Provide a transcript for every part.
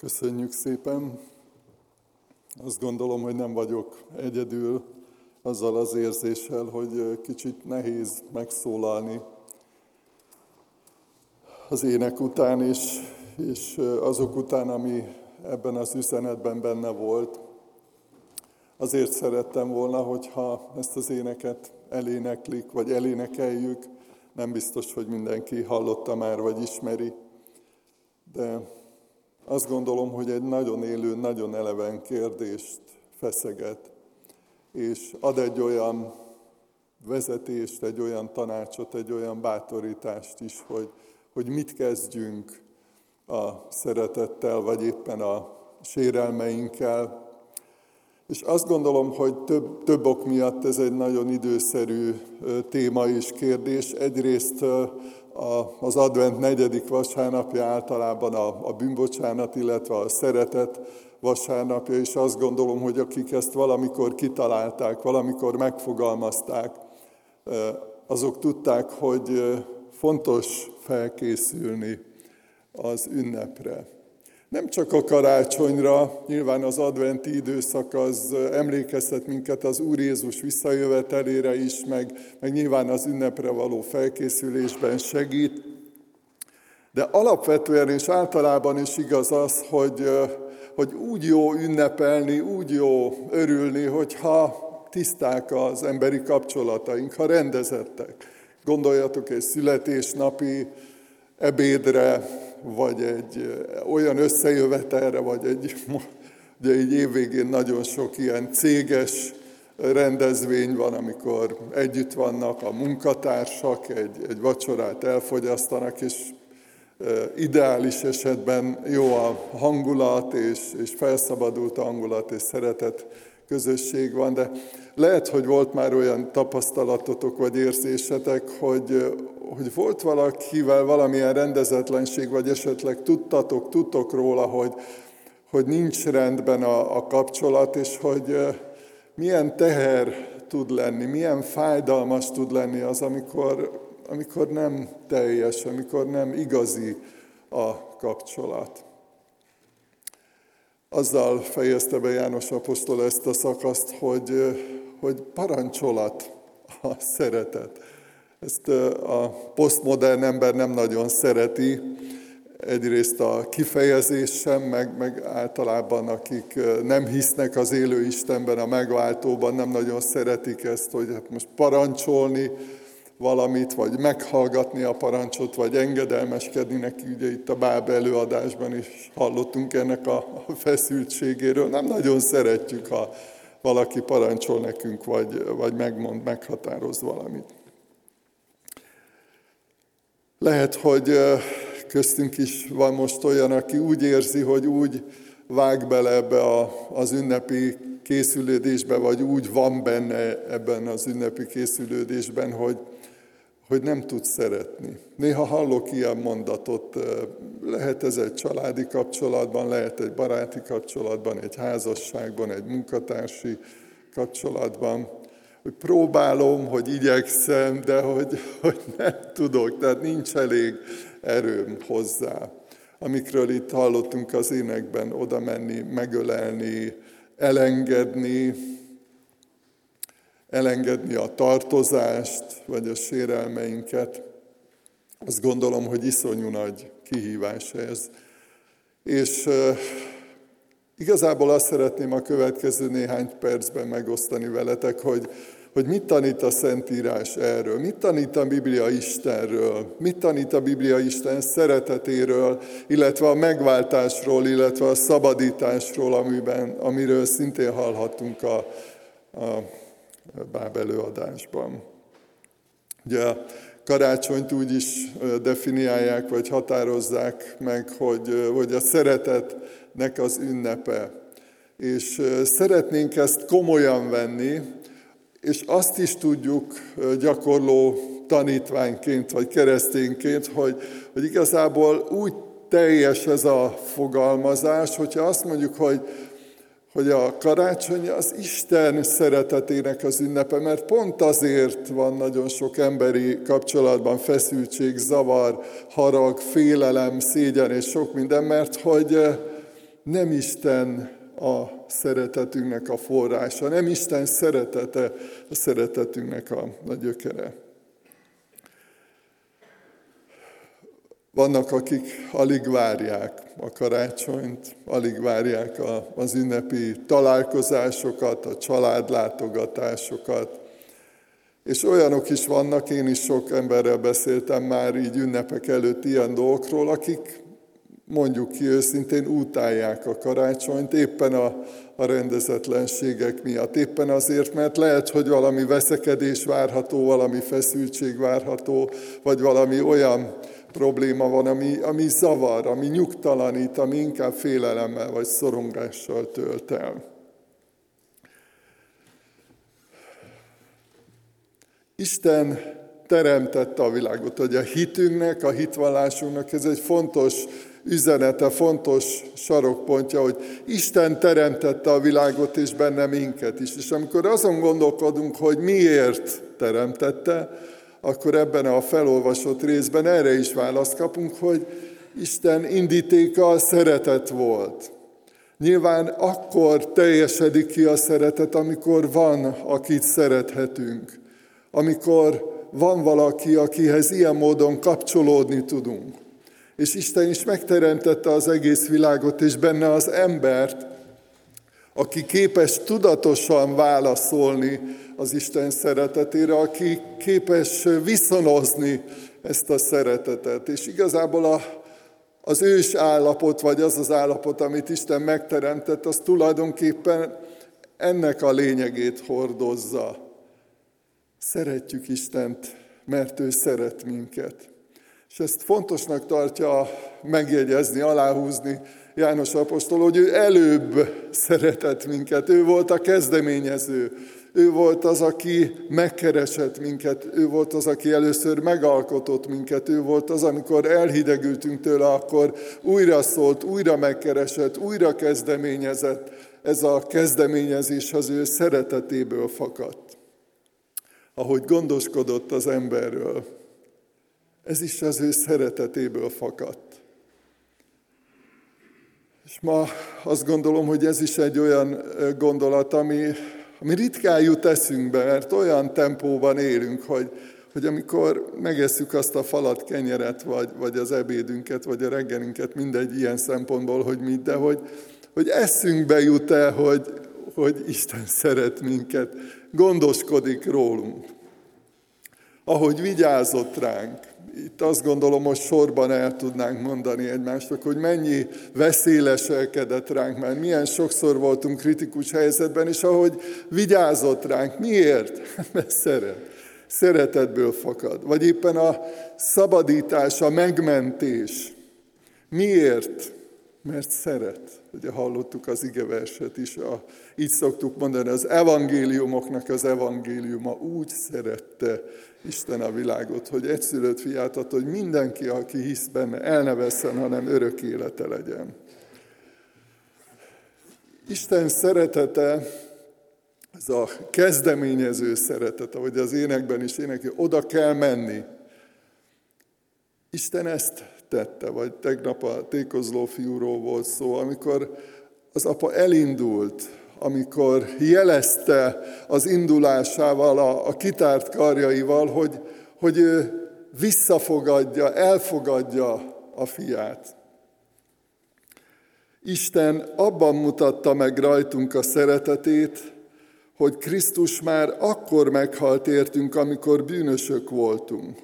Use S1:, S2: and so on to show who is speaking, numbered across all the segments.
S1: Köszönjük szépen! Azt gondolom, hogy nem vagyok egyedül azzal az érzéssel, hogy kicsit nehéz megszólalni az ének után, és azok után, ami ebben az üzenetben benne volt. Azért szerettem volna, hogyha ezt az éneket eléneklik, vagy elénekeljük. Nem biztos, hogy mindenki hallotta már, vagy ismeri, de azt gondolom, hogy egy nagyon élő, nagyon eleven kérdést feszeget, és ad egy olyan vezetést, egy olyan tanácsot, egy olyan bátorítást is, hogy mit kezdjünk a szeretettel, vagy éppen a sérelmeinkkel. És azt gondolom, hogy több ok miatt ez egy nagyon időszerű téma és kérdés. Egyrészt az advent 4. vasárnapja általában a bűnbocsánat, illetve a szeretet vasárnapja, és azt gondolom, hogy akik ezt valamikor kitalálták, valamikor megfogalmazták, azok tudták, hogy fontos felkészülni az ünnepre. Nem csak a karácsonyra, nyilván az adventi időszak az emlékeztet minket az Úr Jézus visszajövetelére is, meg nyilván az ünnepre való felkészülésben segít. De alapvetően és általában is igaz az, hogy úgy jó ünnepelni, úgy jó örülni, hogyha tiszták az emberi kapcsolataink, ha rendezettek. Gondoljatok egy születésnapi ebédre, vagy egy olyan összejövetelre, vagy ugye egy évvégén nagyon sok ilyen céges rendezvény van, amikor együtt vannak a munkatársak, egy vacsorát elfogyasztanak, és ideális esetben jó a hangulat, és felszabadult a hangulat, és szeretet közösség van, de lehet, hogy volt már olyan tapasztalatotok, vagy érzésetek, hogy volt valakivel valamilyen rendezetlenség, vagy esetleg tudtok róla, hogy nincs rendben a kapcsolat, és hogy milyen teher tud lenni, milyen fájdalmas tud lenni az, amikor nem teljes, amikor nem igazi a kapcsolat. Azzal fejezte be János apostol ezt a szakaszt, hogy parancsolat a szeretet. Ezt a posztmodern ember nem nagyon szereti, egyrészt a kifejezés sem, meg általában akik nem hisznek az élő Istenben, a megváltóban, nem nagyon szeretik ezt, hogy hát most parancsolni valamit, vagy meghallgatni a parancsot, vagy engedelmeskedni neki. Ugye itt a Báb előadásban is hallottunk ennek a feszültségéről. Nem nagyon szeretjük, ha valaki parancsol nekünk, vagy meghatároz valamit. Lehet, hogy köztünk is van most olyan, aki úgy érzi, hogy úgy vág bele ebbe az ünnepi készülődésbe, vagy úgy van benne ebben az ünnepi készülődésben, hogy nem tud szeretni. Néha hallok ilyen mondatot, lehet ez egy családi kapcsolatban, lehet egy baráti kapcsolatban, egy házasságban, egy munkatársi kapcsolatban, hogy próbálom, hogy igyekszem, de hogy nem tudok, tehát nincs elég erőm hozzá. Amikről itt hallottunk az énekben, oda menni, megölelni, elengedni a tartozást, vagy a sérelmeinket. Azt gondolom, hogy iszonyú nagy kihívás ez. És igazából azt szeretném a következő néhány percben megosztani veletek, hogy mit tanít a Szentírás erről, mit tanít a Biblia Istenről, mit tanít a Biblia Isten szeretetéről, illetve a megváltásról, illetve a szabadításról, amiről szintén hallhattunk a Báb előadásban. Ugye a karácsonyt úgy is definiálják, vagy határozzák meg, hogy a szeretetnek az ünnepe. És szeretnénk ezt komolyan venni, és azt is tudjuk gyakorló tanítványként, vagy keresztényként, hogy igazából úgy teljes ez a fogalmazás, hogyha azt mondjuk, hogy a karácsony az Isten szeretetének az ünnepe, mert pont azért van nagyon sok emberi kapcsolatban feszültség, zavar, harag, félelem, szégyen és sok minden, mert nem Isten a szeretetünknek a forrása, nem Isten szeretete a szeretetünknek a gyökere. Vannak, akik alig várják a karácsonyt, alig várják az ünnepi találkozásokat, a családlátogatásokat. És olyanok is vannak, én is sok emberrel beszéltem már így ünnepek előtt ilyen dolgokról, akik mondjuk ki őszintén utálják a karácsonyt éppen a rendezetlenségek miatt. Éppen azért, mert lehet, hogy valami veszekedés várható, valami feszültség várható, vagy valami olyan probléma van, ami zavar, ami nyugtalanít, ami inkább félelemmel vagy szorongással tölt el. Isten teremtette a világot, hogy a hitünknek, a hitvallásunknak ez egy fontos üzenete, fontos sarokpontja, hogy Isten teremtette a világot és benne minket is. És amikor azon gondolkodunk, hogy miért teremtette, akkor ebben a felolvasott részben erre is választ kapunk, hogy Isten indítéka a szeretet volt. Nyilván akkor teljesedik ki a szeretet, amikor van, akit szerethetünk. Amikor van valaki, akihez ilyen módon kapcsolódni tudunk. És Isten is megteremtette az egész világot, és benne az embert, aki képes tudatosan válaszolni az Isten szeretetére, aki képes viszonozni ezt a szeretetet. És igazából az ős állapot, vagy az az állapot, amit Isten megteremtett, az tulajdonképpen ennek a lényegét hordozza. Szeretjük Istent, mert ő szeret minket. És ezt fontosnak tartja megjegyezni, aláhúzni János apostol, hogy ő előbb szeretett minket, ő volt a kezdeményező, ő volt az, aki megkeresett minket, ő volt az, aki először megalkotott minket, ő volt az, amikor elhidegültünk tőle, akkor újra szólt, újra megkeresett, újra kezdeményezett. Ez a kezdeményezés az ő szeretetéből fakadt. Ahogy gondoskodott az emberről, ez is az ő szeretetéből fakadt. És ma azt gondolom, hogy ez is egy olyan gondolat, ami ritkán jut eszünkbe, mert olyan tempóban élünk, hogy amikor megesszük azt a falat kenyeret, vagy az ebédünket, vagy a reggelünket, mindegy ilyen szempontból, hogy mit, de hogy eszünkbe jut el, hogy Isten szeret minket, gondoskodik rólunk. Ahogy vigyázott ránk. Itt azt gondolom, hogy sorban el tudnánk mondani egymásnak, hogy mennyi veszély leselkedett ránk, mert milyen sokszor voltunk kritikus helyzetben, és ahogy vigyázott ránk. Miért? Mert szeret. Szeretetből fakad. Vagy éppen a szabadítás, a megmentés. Miért? Mert szeret. Ugye hallottuk az igeverset is, így szoktuk mondani, az evangéliumoknak az evangéliuma úgy szerette Isten a világot, hogy egyszülött fiát adta, hogy mindenki, aki hisz benne, el ne vesszen, hanem örök élete legyen. Isten szeretete, ez a kezdeményező szeretete, ahogy az énekben is énekel, oda kell menni. Isten ezt tette, vagy tegnap a tékozló fiúról volt szó, amikor az apa elindult, amikor jelezte az indulásával, a kitárt karjaival, hogy ő visszafogadja, elfogadja a fiát. Isten abban mutatta meg rajtunk a szeretetét, hogy Krisztus már akkor meghalt értünk, amikor bűnösök voltunk.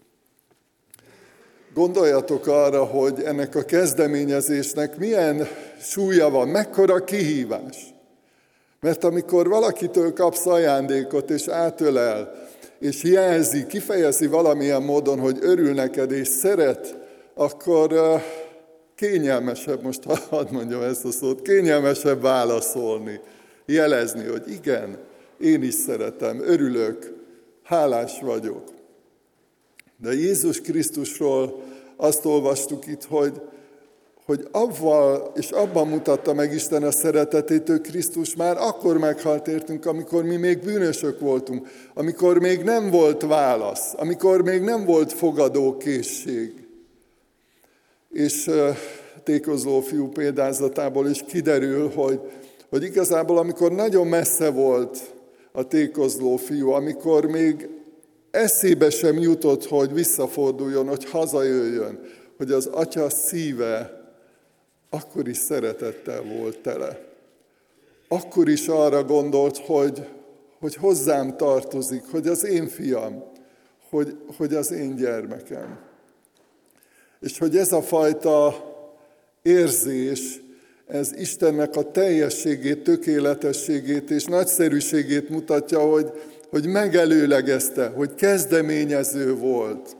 S1: Gondoljatok arra, hogy ennek a kezdeményezésnek milyen súlya van, mekkora kihívás. Mert amikor valakitől kapsz ajándékot, és átölel, és jelzi, kifejezi valamilyen módon, hogy örül neked, és szeret, akkor kényelmesebb, most hadd mondjam ezt a szót, kényelmesebb válaszolni, jelezni, hogy igen, én is szeretem, örülök, hálás vagyok. De Jézus Krisztusról azt olvastuk itt, hogy avval és abban mutatta meg Isten a szeretetét, ő Krisztus már akkor meghalt értünk, amikor mi még bűnösök voltunk, amikor még nem volt válasz, amikor még nem volt fogadókészség. És tékozló fiú példázatából is kiderül, hogy igazából amikor nagyon messze volt a tékozló fiú, amikor még eszébe sem jutott, hogy visszaforduljon, hogy hazajöjjön, hogy az atya szíve akkor is szeretettel volt tele. Akkor is arra gondolt, hogy hozzám tartozik, hogy az én fiam, hogy az én gyermekem. És hogy ez a fajta érzés, ez Istennek a teljességét, tökéletességét és nagyszerűségét mutatja, hogy megelőlegezte, hogy kezdeményező volt.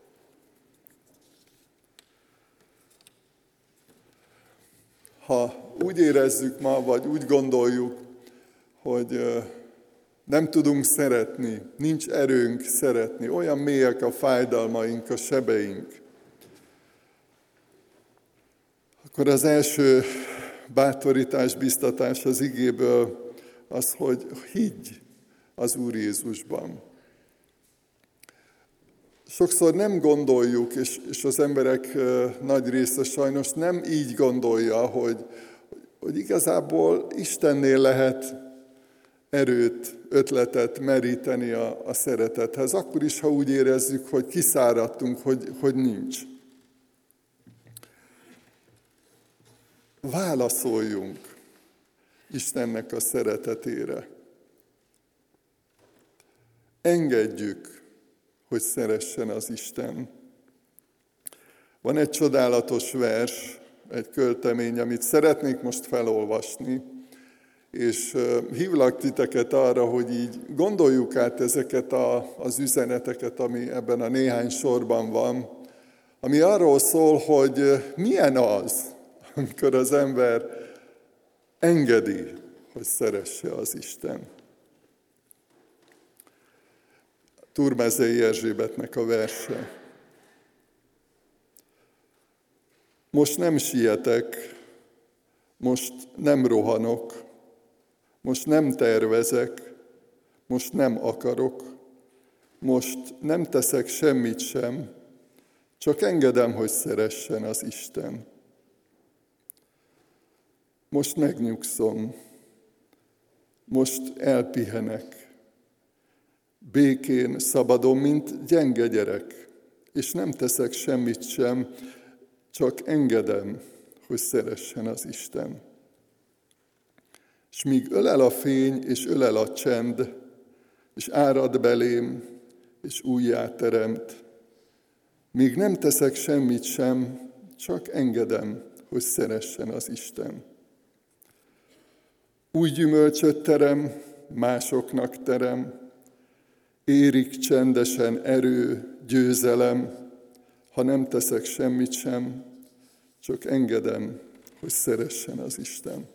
S1: Ha úgy érezzük ma, vagy úgy gondoljuk, hogy nem tudunk szeretni, nincs erőnk szeretni, olyan mélyek a fájdalmaink, a sebeink, akkor az első bátorítás, biztatás az igéből az, hogy higgy az Úr Jézusban. Sokszor nem gondoljuk, és az emberek nagy része sajnos nem így gondolja, hogy igazából Istennél lehet erőt, ötletet meríteni a szeretethez. Akkor is, ha úgy érezzük, hogy kiszáradtunk, hogy nincs. Válaszoljunk Istennek a szeretetére. Engedjük, hogy szeressen az Isten. Van egy csodálatos vers, egy költemény, amit szeretnék most felolvasni, és hívlak titeket arra, hogy így gondoljuk át ezeket az üzeneteket, ami ebben a néhány sorban van, ami arról szól, hogy milyen az, amikor az ember engedi, hogy szeresse az Isten. Turmezei Erzsébetnek a verse. Most nem sietek, most nem rohanok, most nem tervezek, most nem akarok, most nem teszek semmit sem, csak engedem, hogy szeressen az Isten. Most megnyugszom, most elpihenek, békén, szabadon, mint gyenge gyerek, és nem teszek semmit sem, csak engedem, hogy szeressen az Isten. És míg ölel a fény, és ölel a csend, és árad belém, és újjáteremt, míg nem teszek semmit sem, csak engedem, hogy szeressen az Isten. Új gyümölcsöt terem, másoknak terem, érik csendesen erő, győzelem, ha nem teszek semmit sem, csak engedem, hogy szeressen az Isten.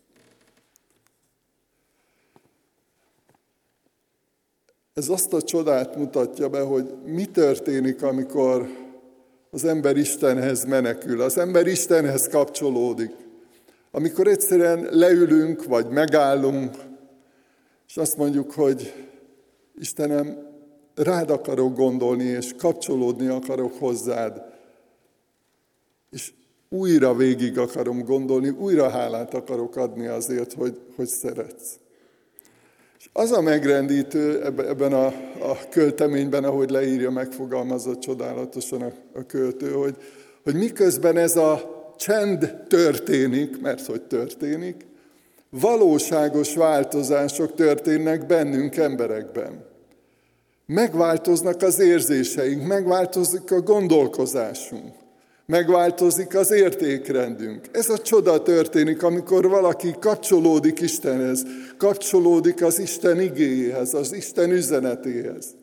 S1: Ez azt a csodát mutatja be, hogy mi történik, amikor az ember Istenhez menekül, az ember Istenhez kapcsolódik. Amikor egyszerűen leülünk, vagy megállunk, és azt mondjuk, hogy Istenem, rád akarok gondolni, és kapcsolódni akarok hozzád, és újra végig akarom gondolni, újra hálát akarok adni azért, hogy szeretsz. És az a megrendítő ebben a költeményben, ahogy leírja, megfogalmazott csodálatosan a költő, hogy miközben ez a csend történik, mert hogy történik, valóságos változások történnek bennünk, emberekben. Megváltoznak az érzéseink, megváltozik a gondolkozásunk, megváltozik az értékrendünk. Ez a csoda történik, amikor valaki kapcsolódik Istenhez, kapcsolódik az Isten igéjéhez, az Isten üzenetéhez.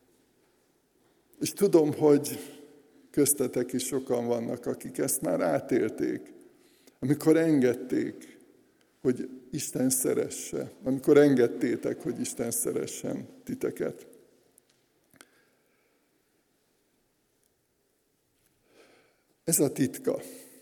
S1: És tudom, hogy köztetek is sokan vannak, akik ezt már átélték, amikor engedték, hogy Isten szeresse, amikor engedtétek, hogy Isten szeressen titeket. Ez a titka.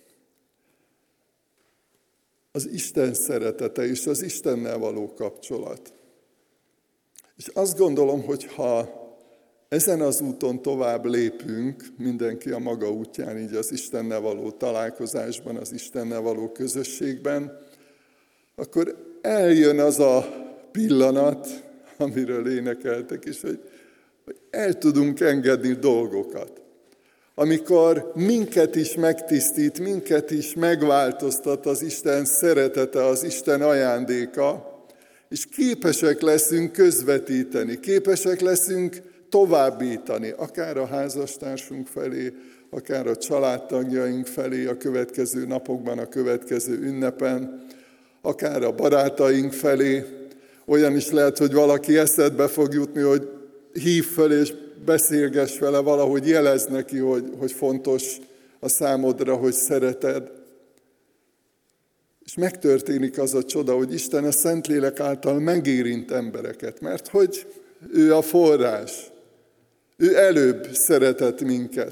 S1: Az Isten szeretete és az Istennel való kapcsolat. És azt gondolom, hogy ha ezen az úton tovább lépünk, mindenki a maga útján, így az Istennel való találkozásban, az Istennel való közösségben, akkor eljön az a pillanat, amiről énekeltek is, hogy el tudunk engedni dolgokat. Amikor minket is megtisztít, minket is megváltoztat az Isten szeretete, az Isten ajándéka, és képesek leszünk közvetíteni, képesek leszünk továbbítani, akár a házastársunk felé, akár a családtagjaink felé a következő napokban, a következő ünnepen, akár a barátaink felé. Olyan is lehet, hogy valaki eszedbe fog jutni, hogy hív föl és beszélgess vele, valahogy jelez neki, hogy fontos a számodra, hogy szereted. És megtörténik az a csoda, hogy Isten a Szentlélek által megérint embereket, mert hogy ő a forrás, ő előbb szeretett minket.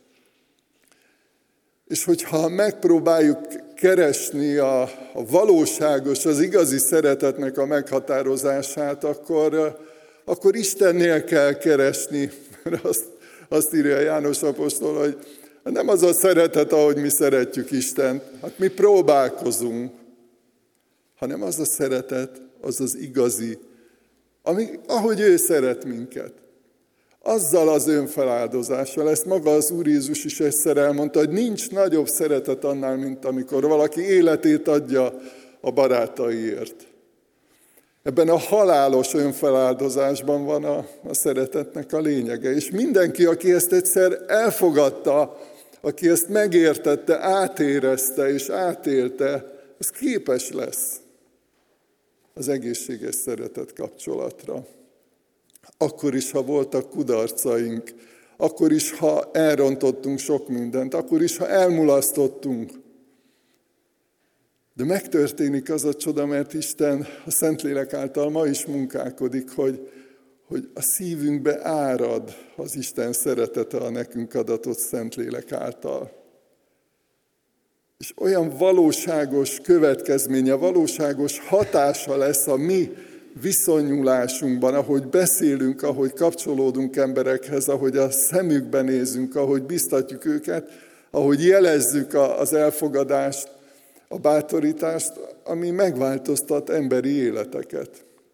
S1: És hogyha megpróbáljuk keresni a valóságos, az igazi szeretetnek a meghatározását, akkor Istennél kell keresni. Azt írja János apostol, hogy nem az a szeretet, ahogy mi szeretjük Istent, hát mi próbálkozunk, hanem az a szeretet, az az igazi, ahogy ő szeret minket. Azzal az önfeláldozással, ezt maga az Úr Jézus is egyszer elmondta, hogy nincs nagyobb szeretet annál, mint amikor valaki életét adja a barátaiért. Ebben a halálos önfeláldozásban van a szeretetnek a lényege. És mindenki, aki ezt egyszer elfogadta, aki ezt megértette, átérezte és átélte, az képes lesz az egészséges szeretet kapcsolatra. Akkor is, ha voltak kudarcaink, akkor is, ha elrontottunk sok mindent, akkor is, ha elmulasztottunk. De megtörténik az a csoda, mert Isten a Szentlélek által ma is munkálkodik, hogy a szívünkbe árad az Isten szeretete a nekünk adatott Szentlélek által. És olyan valóságos következménye, valóságos hatása lesz a mi viszonyulásunkban, ahogy beszélünk, ahogy kapcsolódunk emberekhez, ahogy a szemükbe nézünk, ahogy biztatjuk őket, ahogy jelezzük az elfogadást, a bátorítást, ami megváltoztat emberi életeket.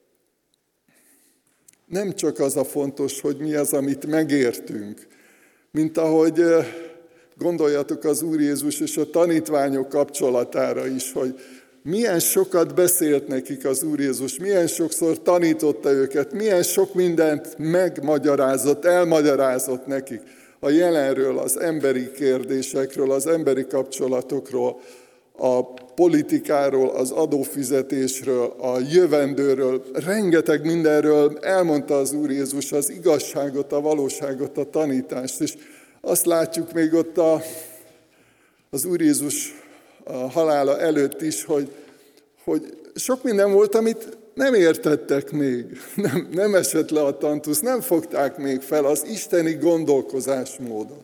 S1: Nem csak az a fontos, hogy mi az, amit megértünk, mint ahogy gondoljatok az Úr Jézus és a tanítványok kapcsolatára is, hogy milyen sokat beszélt nekik az Úr Jézus, milyen sokszor tanította őket, milyen sok mindent megmagyarázott, elmagyarázott nekik a jelenről, az emberi kérdésekről, az emberi kapcsolatokról, a politikáról, az adófizetésről, a jövendőről, rengeteg mindenről elmondta az Úr Jézus az igazságot, a valóságot, a tanítást. És azt látjuk még ott az Úr Jézus a halála előtt is, hogy sok minden volt, amit nem értettek még, nem esett le a tantusz, nem fogták még fel az isteni gondolkozásmódot.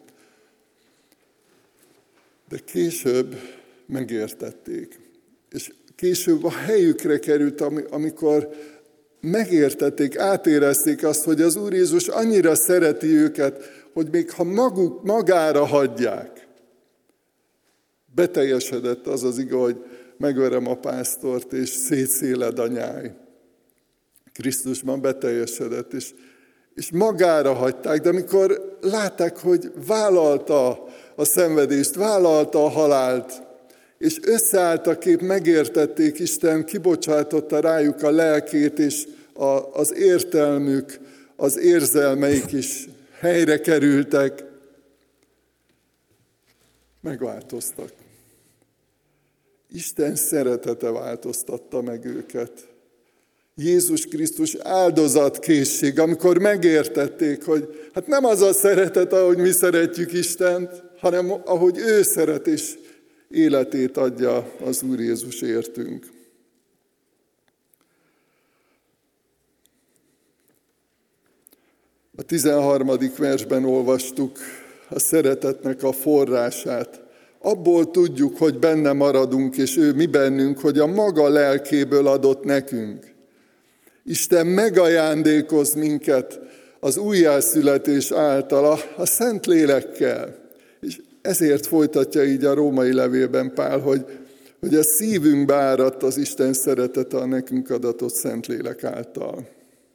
S1: De később megértették. És később a helyükre került, amikor megértették, átérezték azt, hogy az Úr Jézus annyira szereti őket, hogy még ha maguk magára hagyják, beteljesedett az az ige, hogy megverem a pásztort, és szétszéled a nyáj. Krisztusban beteljesedett, és magára hagyták, de amikor látták, hogy vállalta a szenvedést, vállalta a halált, és összeállt a kép, megértették, Isten kibocsátotta rájuk a lelkét, és az értelmük, az érzelmeik is helyre kerültek, megváltoztak. Isten szeretete változtatta meg őket. Jézus Krisztus áldozatkészség, amikor megértették, hogy hát nem az a szeretet, ahogy mi szeretjük Istent, hanem ahogy ő szeret, és életét adja az Úr Jézus értünk. A 13. versben olvastuk a szeretetnek a forrását. Abból tudjuk, hogy benne maradunk, és ő mi bennünk, hogy a maga lelkéből adott nekünk. Isten megajándékoz minket az újjászületés által, a Szent Lélekkel. És ezért folytatja így a római levélben Pál, hogy a szívünkbe áradt az Isten szeretete a nekünk adatott Szent Lélek által.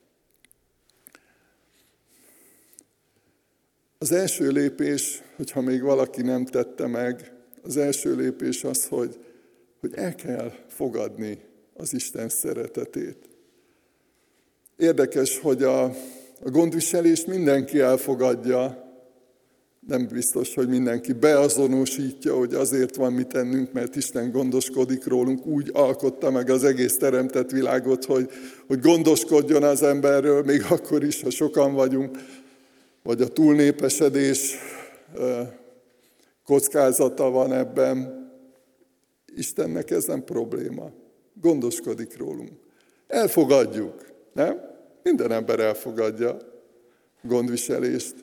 S1: Az első lépés, hogyha még valaki nem tette meg, az első lépés az, hogy el kell fogadni az Isten szeretetét. Érdekes, hogy a gondviselést mindenki elfogadja, nem biztos, hogy mindenki beazonosítja, hogy azért van mit tennünk, mert Isten gondoskodik rólunk, úgy alkotta meg az egész teremtett világot, hogy gondoskodjon az emberről, még akkor is, ha sokan vagyunk, vagy a túlnépesedés kockázata van ebben. Istennek ez nem probléma. Gondoskodik rólunk. Elfogadjuk, nem? Minden ember elfogadja gondviselést.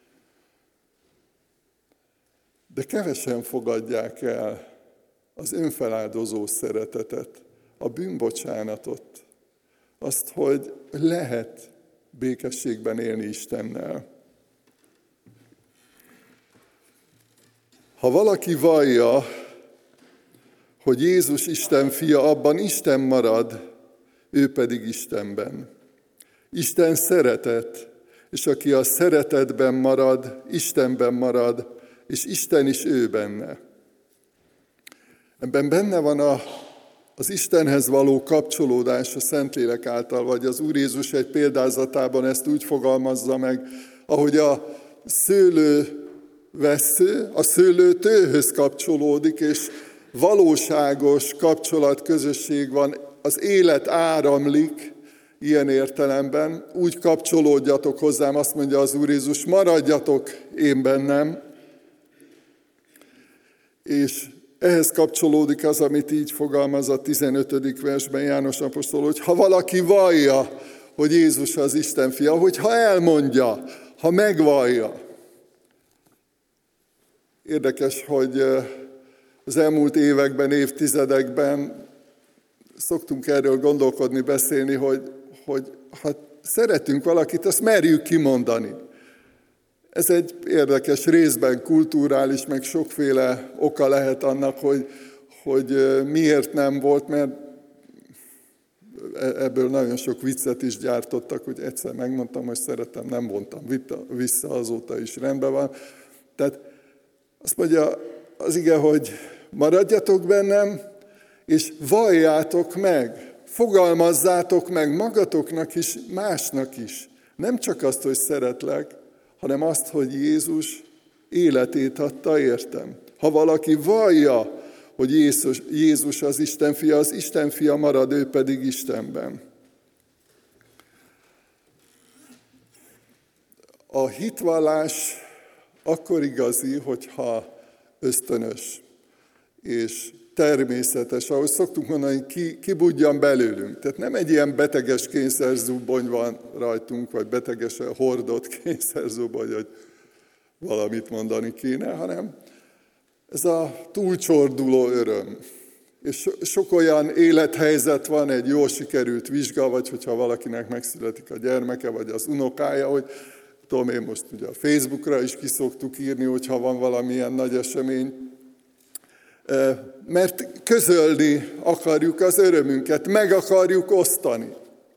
S1: De kevesen fogadják el az önfeláldozó szeretetet, a bűnbocsánatot, azt, hogy lehet békességben élni Istennel. Ha valaki vallja, hogy Jézus Isten fia, abban Isten marad, ő pedig Istenben. Isten szeretet, és aki a szeretetben marad, Istenben marad, és Isten is ő benne. Ebben benne van az Istenhez való kapcsolódás a Szentlélek által, vagy az Úr Jézus egy példázatában ezt úgy fogalmazza meg, ahogy a szőlővessző a szőlőtőhöz kapcsolódik, és valóságos kapcsolatközösség van, az élet áramlik ilyen értelemben, úgy kapcsolódjatok hozzám, azt mondja az Úr Jézus, maradjatok én bennem, és ehhez kapcsolódik az, amit így fogalmaz a 15. versben János apostol, hogy ha valaki vallja, hogy Jézus az Isten fia, hogyha elmondja, ha megvallja. Érdekes, hogy az elmúlt években, évtizedekben szoktunk erről gondolkodni, beszélni, hogy ha szeretünk valakit, azt merjük kimondani. Ez egy érdekes, részben kulturális, meg sokféle oka lehet annak, hogy miért nem volt, mert ebből nagyon sok viccet is gyártottak, hogy egyszer megmondtam, hogy szeretem, nem mondtam vissza, azóta is rendben van. Tehát azt mondja az ige, hogy maradjatok bennem, és valljátok meg, fogalmazzátok meg magatoknak is, másnak is. Nem csak azt, hogy szeretlek, hanem azt, hogy Jézus életét adta értem. Ha valaki vallja, hogy Jézus az Isten fia marad, ő pedig Istenben. A hitvallás akkor igazi, hogyha ösztönös és természetes, ahogy szoktunk mondani, kibudjan belőlünk. Tehát nem egy ilyen beteges kényszerzubony van rajtunk, vagy betegesen hordott kényszerzubony, hogy valamit mondani kéne, hanem ez a túlcsorduló öröm. És sok olyan élethelyzet van, egy jól sikerült vizsga, vagy hogyha valakinek megszületik a gyermeke, vagy az unokája, hogy tudom én most ugye a Facebookra is ki szoktuk írni, hogyha van valamilyen nagy esemény, mert közölni akarjuk az örömünket, meg akarjuk osztani.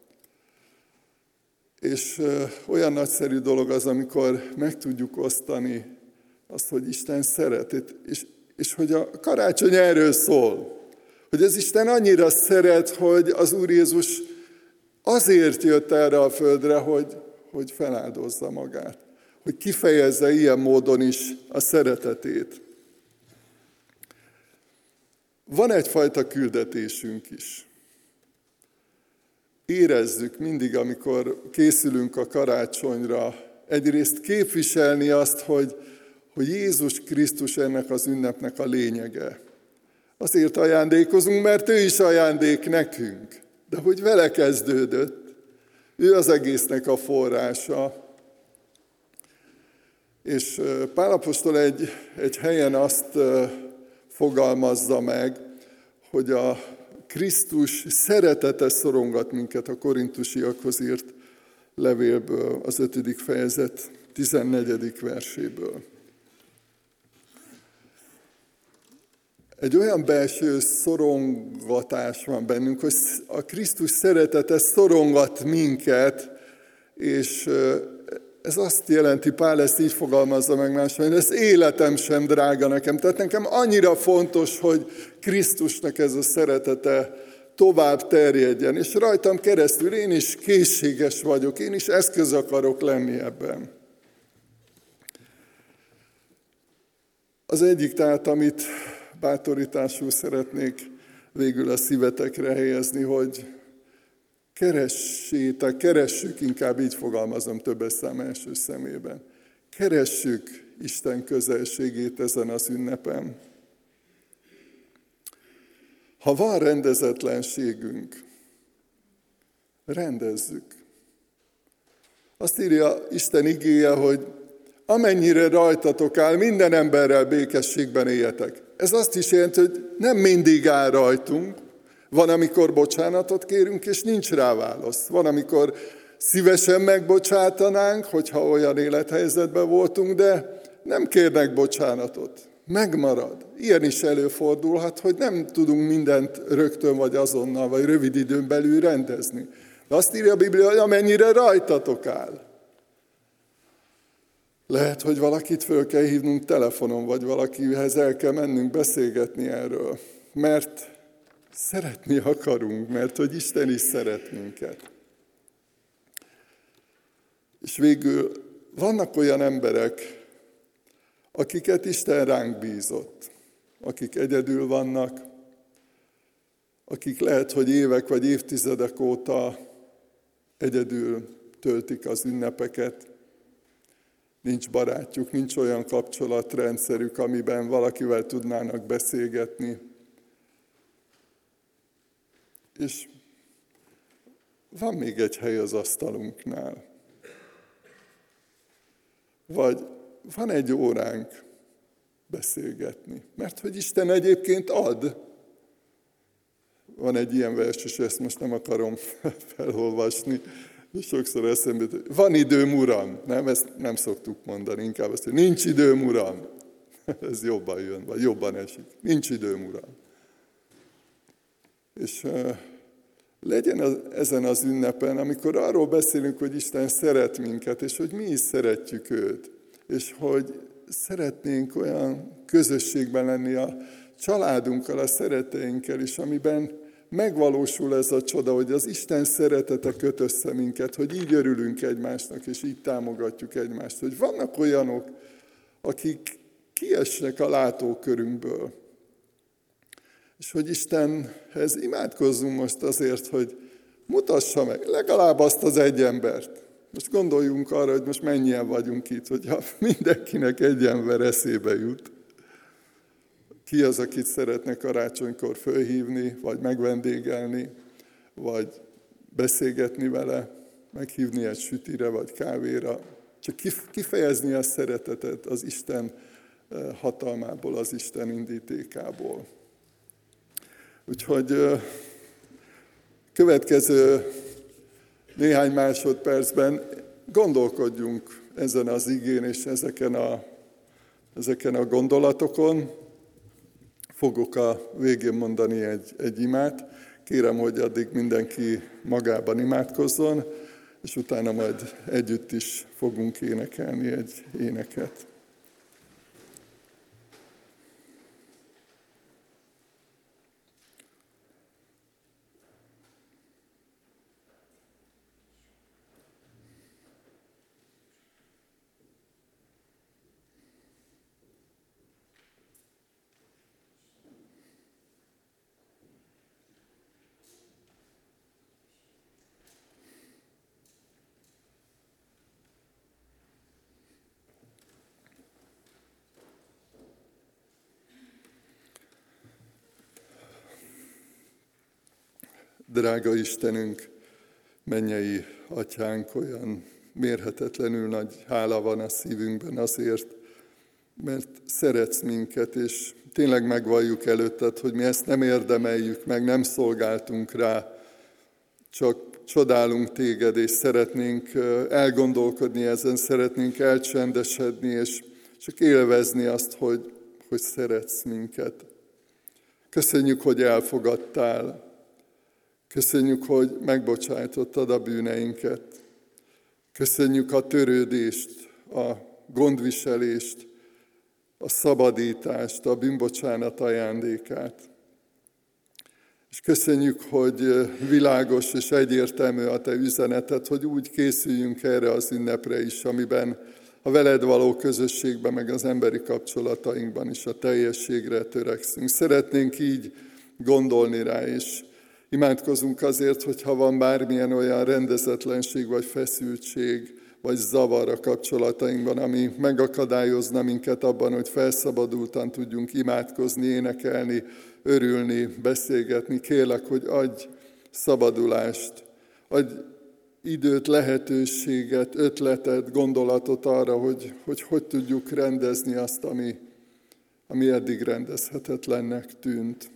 S1: És olyan nagyszerű dolog az, amikor meg tudjuk osztani azt, hogy Isten szeret, és hogy a karácsony erről szól. Hogy az Isten annyira szeret, hogy az Úr Jézus azért jött erre a földre, hogy feláldozza magát. Hogy kifejezze ilyen módon is a szeretetét. Van egyfajta küldetésünk is. Érezzük mindig, amikor készülünk a karácsonyra, egyrészt képviselni azt, hogy Jézus Krisztus ennek az ünnepnek a lényege. Azért ajándékozunk, mert ő is ajándék nekünk. De hogy vele kezdődött, ő az egésznek a forrása. És Pál apostol egy helyen azt fogalmazza meg, hogy a Krisztus szeretete szorongat minket, a korintusiakhoz írt levélből, az 5. fejezet 14. verséből. Egy olyan belső szorongatás van bennünk, hogy a Krisztus szeretete szorongat minket, és ez azt jelenti, Pál ezt így fogalmazza meg máshol, hogy ez életem sem drága nekem. Tehát nekem annyira fontos, hogy Krisztusnak ez a szeretete tovább terjedjen, és rajtam keresztül én is készséges vagyok, én is eszköz akarok lenni ebben. Az egyik tehát, amit bátorításul szeretnék végül a szívetekre helyezni, hogy keressük, inkább így fogalmazom többes szám első szemében. Keressük Isten közelségét ezen az ünnepen. Ha van rendezetlenségünk, rendezzük. Azt írja Isten igéje, hogy amennyire rajtatok áll, minden emberrel békességben éljetek. Ez azt is jelenti, hogy nem mindig áll rajtunk. Van, amikor bocsánatot kérünk, és nincs rá válasz. Van, amikor szívesen megbocsátanánk, hogyha olyan élethelyzetben voltunk, de nem kérnek bocsánatot. Megmarad. Ilyen is előfordulhat, hogy nem tudunk mindent rögtön, vagy azonnal, vagy rövid időn belül rendezni. De azt írja a Biblia, hogy amennyire rajtatok áll. Lehet, hogy valakit föl kell hívnunk telefonon, vagy valakihez el kell mennünk beszélgetni erről. Mert szeretni akarunk, mert hogy Isten is szeret minket. És végül vannak olyan emberek, akiket Isten ránk bízott, akik egyedül vannak, akik lehet, hogy évek vagy évtizedek óta egyedül töltik az ünnepeket, nincs barátjuk, nincs olyan kapcsolatrendszerük, amiben valakivel tudnának beszélgetni. És van még egy hely az asztalunknál. Vagy van egy óránk beszélgetni. Mert hogy Isten egyébként ad. Van egy ilyen vers, és ezt most nem akarom felolvasni, de sokszor eszembe jut, van időm, Uram. Nem, ezt nem szoktuk mondani, inkább azt, hogy nincs időm, Uram. Ez jobban jön, vagy jobban esik. Nincs időm, Uram. És legyen ezen az ünnepen, amikor arról beszélünk, hogy Isten szeret minket, és hogy mi is szeretjük őt, és hogy szeretnénk olyan közösségben lenni a családunkkal, a szereteinkkel is, amiben megvalósul ez a csoda, hogy az Isten szeretete köt össze minket, hogy így örülünk egymásnak, és így támogatjuk egymást. Hogy vannak olyanok, akik kiesnek a látókörünkből. És hogy Istenhez imádkozzunk most azért, hogy mutassa meg legalább azt az egy embert. Most gondoljunk arra, hogy most mennyien vagyunk itt, hogyha mindenkinek egy ember eszébe jut. Ki az, akit szeretne karácsonykor fölhívni, vagy megvendégelni, vagy beszélgetni vele, meghívni egy sütire, vagy kávéra. Csak kifejezni a szeretetet az Isten hatalmából, az Isten indítékából. Úgyhogy következő néhány másodpercben gondolkodjunk ezen az igén és ezeken a gondolatokon. Fogok a végén mondani egy imát. Kérem, hogy addig mindenki magában imádkozzon, és utána majd együtt is fogunk énekelni egy éneket. Drága Istenünk, mennyei Atyánk, olyan mérhetetlenül nagy hála van a szívünkben azért, mert szeretsz minket, és tényleg megvalljuk előtted, hogy mi ezt nem érdemeljük meg, nem szolgáltunk rá, csodálunk téged, és szeretnénk elgondolkodni ezen, szeretnénk elcsendesedni, és csak élvezni azt, hogy szeretsz minket. Köszönjük, hogy elfogadtál. Köszönjük, hogy megbocsájtottad a bűneinket. Köszönjük a törődést, a gondviselést, a szabadítást, a bűnbocsánat ajándékát. És köszönjük, hogy világos és egyértelmű a te üzeneted, hogy úgy készüljünk erre az ünnepre is, amiben a veled való közösségben, meg az emberi kapcsolatainkban is a teljességre törekszünk. Szeretnénk így gondolni rá, és imádkozunk azért, hogyha van bármilyen olyan rendezetlenség, vagy feszültség, vagy zavar a kapcsolatainkban, ami megakadályozna minket abban, hogy felszabadultan tudjunk imádkozni, énekelni, örülni, beszélgetni. Kérlek, hogy adj szabadulást, adj időt, lehetőséget, ötletet, gondolatot arra, hogy tudjuk rendezni azt, ami eddig rendezhetetlennek tűnt.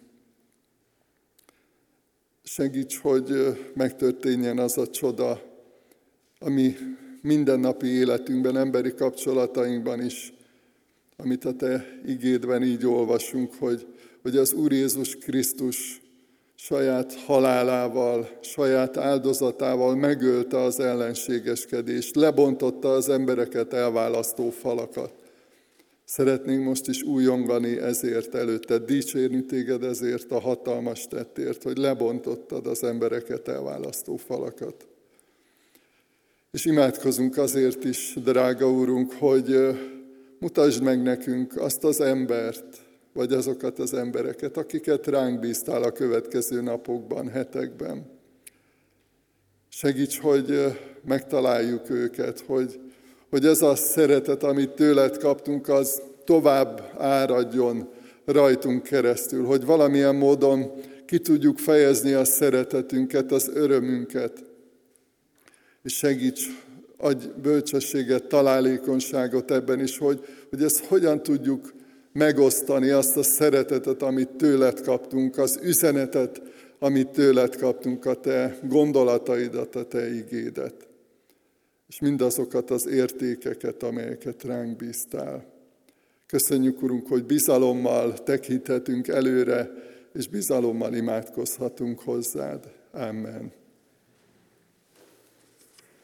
S1: Segíts, hogy megtörténjen az a csoda, ami mindennapi életünkben, emberi kapcsolatainkban is, amit a te igédben így olvasunk, hogy az Úr Jézus Krisztus saját halálával, saját áldozatával megölte az ellenségeskedést, lebontotta az embereket elválasztó falakat. Szeretnénk most is újongani ezért előtted, dicsérni téged ezért a hatalmas tettért, hogy lebontottad az embereket elválasztó falakat. És imádkozunk azért is, drága Úrunk, hogy mutasd meg nekünk azt az embert, vagy azokat az embereket, akiket ránk bíztál a következő napokban, hetekben. Segíts, hogy megtaláljuk őket, hogy ez a szeretet, amit tőled kaptunk, az tovább áradjon rajtunk keresztül, hogy valamilyen módon ki tudjuk fejezni a szeretetünket, az örömünket. És segíts, adj bölcsességet, találékonyságot ebben is, hogy ezt hogyan tudjuk megosztani, azt a szeretetet, amit tőled kaptunk, az üzenetet, amit tőled kaptunk, a te gondolataidat, a te igédet. És mindazokat az értékeket, amelyeket ránk bíztál. Köszönjük, Urunk, hogy bizalommal tekinthetünk előre, és bizalommal imádkozhatunk hozzád. Amen.